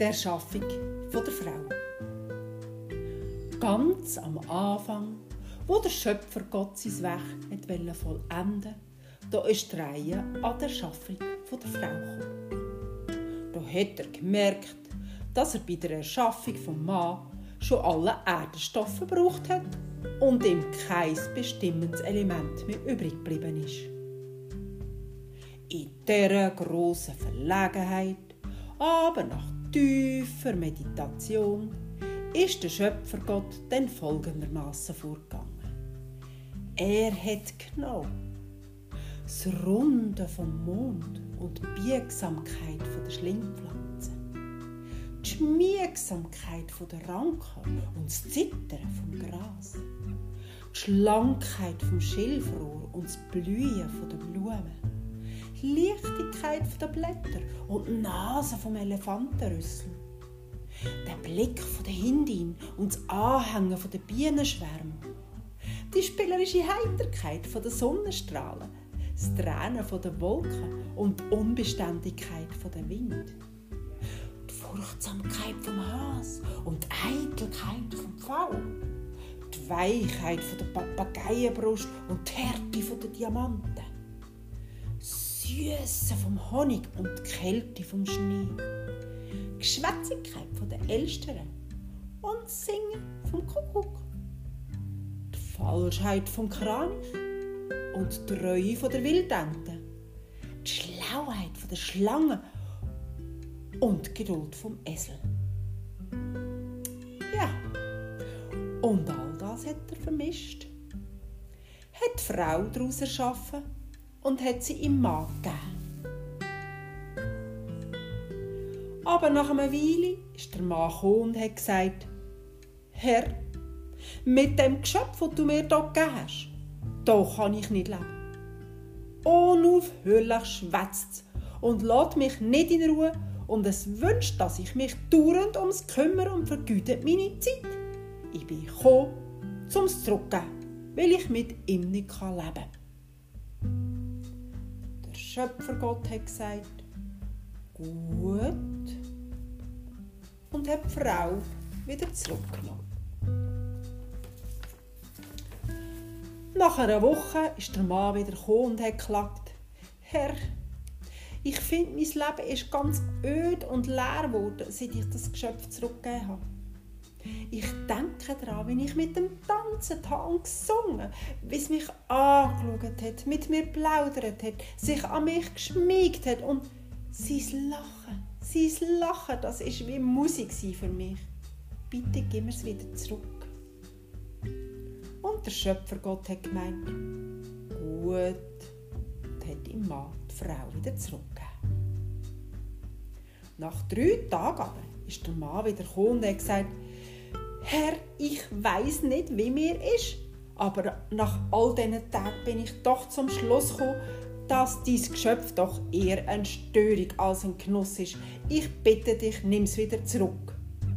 der Erschaffung der Frau. Ganz am Anfang, wo der Schöpfer Gott sein Werk vollenden wollte, da ist die Reihe an der Erschaffung der Frau gekommen. Da hat er gemerkt, dass er bei der Erschaffung des Mannes schon alle Erdenstoffe gebraucht hat und ihm kein bestimmendes Element mehr übrig geblieben ist. In dieser grossen Verlegenheit, aber nach tiefer Meditation, ist der Schöpfergott dann folgendermaßen vorgegangen. Er hat genau das Runde vom Mond und die Biegsamkeit der Schlingpflanze, die Schmiegsamkeit der Ranken und das Zittern vom Gras, die Schlankheit vom Schilfrohr und das Blühen der Blumen, die Leichtigkeit der Blätter und die Nase vom Elefantenrüssel, der Blick der Hindin und das Anhängen der Bienenschwärme, die spielerische Heiterkeit der Sonnenstrahlen, das Tränen der Wolken und die Unbeständigkeit der Wind, die Furchtsamkeit vom Has und die Eitelkeit vom Pfau, die Weichheit der Papageienbrust und die Härte der Diamanten, das Süsse vom Honig und die Kälte vom Schnee, die Geschwätzigkeit der Elstern und das Singen vom Kuckuck, die Falschheit vom Kranich und die Treue der Wildente, die Schlauheit der Schlange und die Geduld vom Esel. Ja, und all das hat er vermischt, hat die Frau daraus erschaffen und hat sie im Mann gegeben. Aber nach einer Weile ist der Mann gekommen und hat gesagt: Herr, mit dem Geschöpf, das du mir hier gegeben hast, da kann ich nicht leben. Unaufhörlich schwätzt es und lässt mich nicht in Ruhe und es wünscht, dass ich mich dauernd ums kümmere und vergütet meine Zeit. Ich bin gekommen, um es zurückzugeben, weil ich mit ihm nicht leben kann. Der Schöpfergott hat gesagt: Gut, und hat die Frau wieder zurückgenommen. Nach einer Woche ist der Mann wieder gekommen und hat geklagt: Herr, ich finde, mein Leben ist ganz öd und leer geworden, seit ich das Geschöpf zurückgegeben habe. Ich denke daran, wie ich mit dem tanzen habe und gesungen, wie es mich angeschaut hat, mit mir geplaudert hat, sich an mich geschmiegt hat und sein Lachen, das war wie Musik für mich. Bitte gib mir es wieder zurück. Und der Schöpfergott hat gemeint: Gut, und hat ihm Mann die Frau wieder zurückgegeben. Nach 3 Tagen aber ist der Mann wieder gekommen und hat gesagt: Herr, ich weiss nicht, wie mir ist, aber nach all diesen Tagen bin ich doch zum Schluss gekommen, dass dein Geschöpf doch eher eine Störung als ein Genuss ist. Ich bitte dich, nimm es wieder zurück.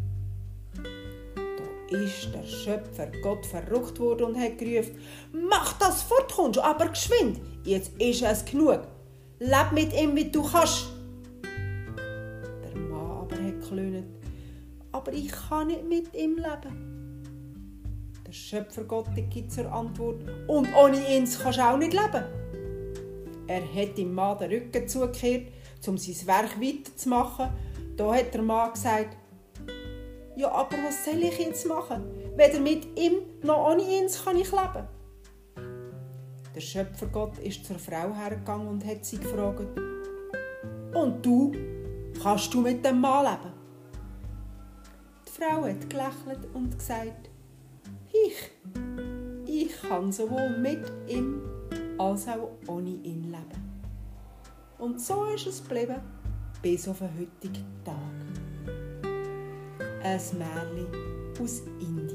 Da ist der Schöpfer Gott verrückt worden und hat gerufen: Mach das fort, kommst, aber geschwind, jetzt ist es genug. Leb mit ihm, wie du kannst. Der Mann aber hat geklönt: Aber ich kann nicht mit ihm leben. Der Schöpfergott gibt zur Antwort: Und ohne ihn kannst du auch nicht leben. Er hat dem Mann den Rücken zugekehrt, um sein Werk weiterzumachen. Da hat der Mann gesagt: Ja, aber was soll ich jetzt machen? Weder mit ihm noch ohne ihn kann ich leben. Der Schöpfergott ist zur Frau hergegangen und hat sie gefragt: Und du, kannst du mit dem Mann leben? Die Frau hat gelächelt und gesagt: Ich kann sowohl mit ihm als auch ohne ihn leben. Und so ist es geblieben bis auf den heutigen Tag. Ein Märchen aus Indien.